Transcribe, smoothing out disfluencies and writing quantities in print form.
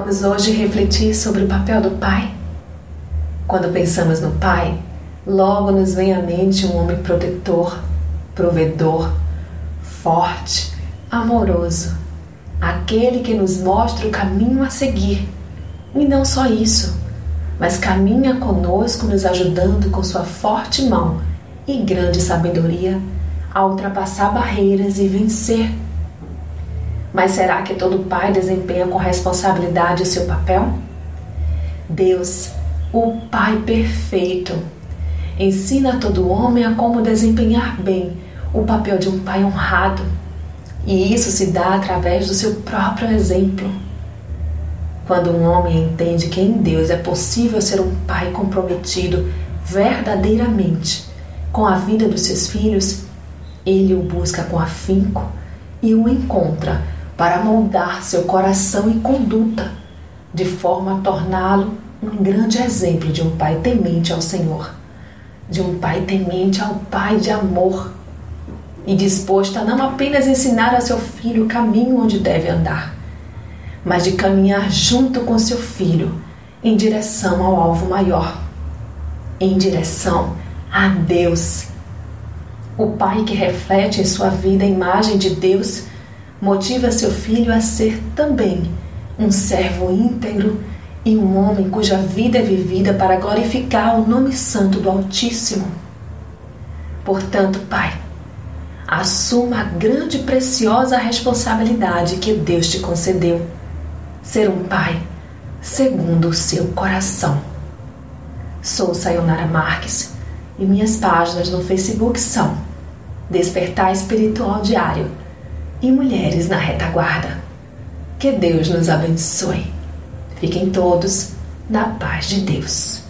Vamos hoje refletir sobre o papel do pai. Quando pensamos no pai, logo nos vem à mente um homem protetor, provedor, forte, amoroso, aquele que nos mostra o caminho a seguir. E não só isso, mas caminha conosco nos ajudando com sua forte mão e grande sabedoria a ultrapassar barreiras e vencer. Mas será que todo pai desempenha com responsabilidade o seu papel? Deus, o Pai perfeito, ensina a todo homem a como desempenhar bem o papel de um pai honrado. E isso se dá através do seu próprio exemplo. Quando um homem entende que em Deus é possível ser um pai comprometido verdadeiramente com a vida dos seus filhos, ele o busca com afinco e o encontra para moldar seu coração e conduta, de forma a torná-lo um grande exemplo de um pai temente ao Senhor, de um pai temente ao Pai de amor e disposto a não apenas ensinar a seu filho o caminho onde deve andar, mas de caminhar junto com seu filho em direção ao alvo maior, em direção a Deus. O pai que reflete em sua vida a imagem de Deus motiva seu filho a ser também um servo íntegro e um homem cuja vida é vivida para glorificar o nome santo do Altíssimo. Portanto, pai, assuma a grande e preciosa responsabilidade que Deus te concedeu: ser um pai segundo o seu coração. Sou Sayonara Marques e minhas páginas no Facebook são Despertar Espiritual Diário e Mulheres na Retaguarda. Que Deus nos abençoe. Fiquem todos na paz de Deus.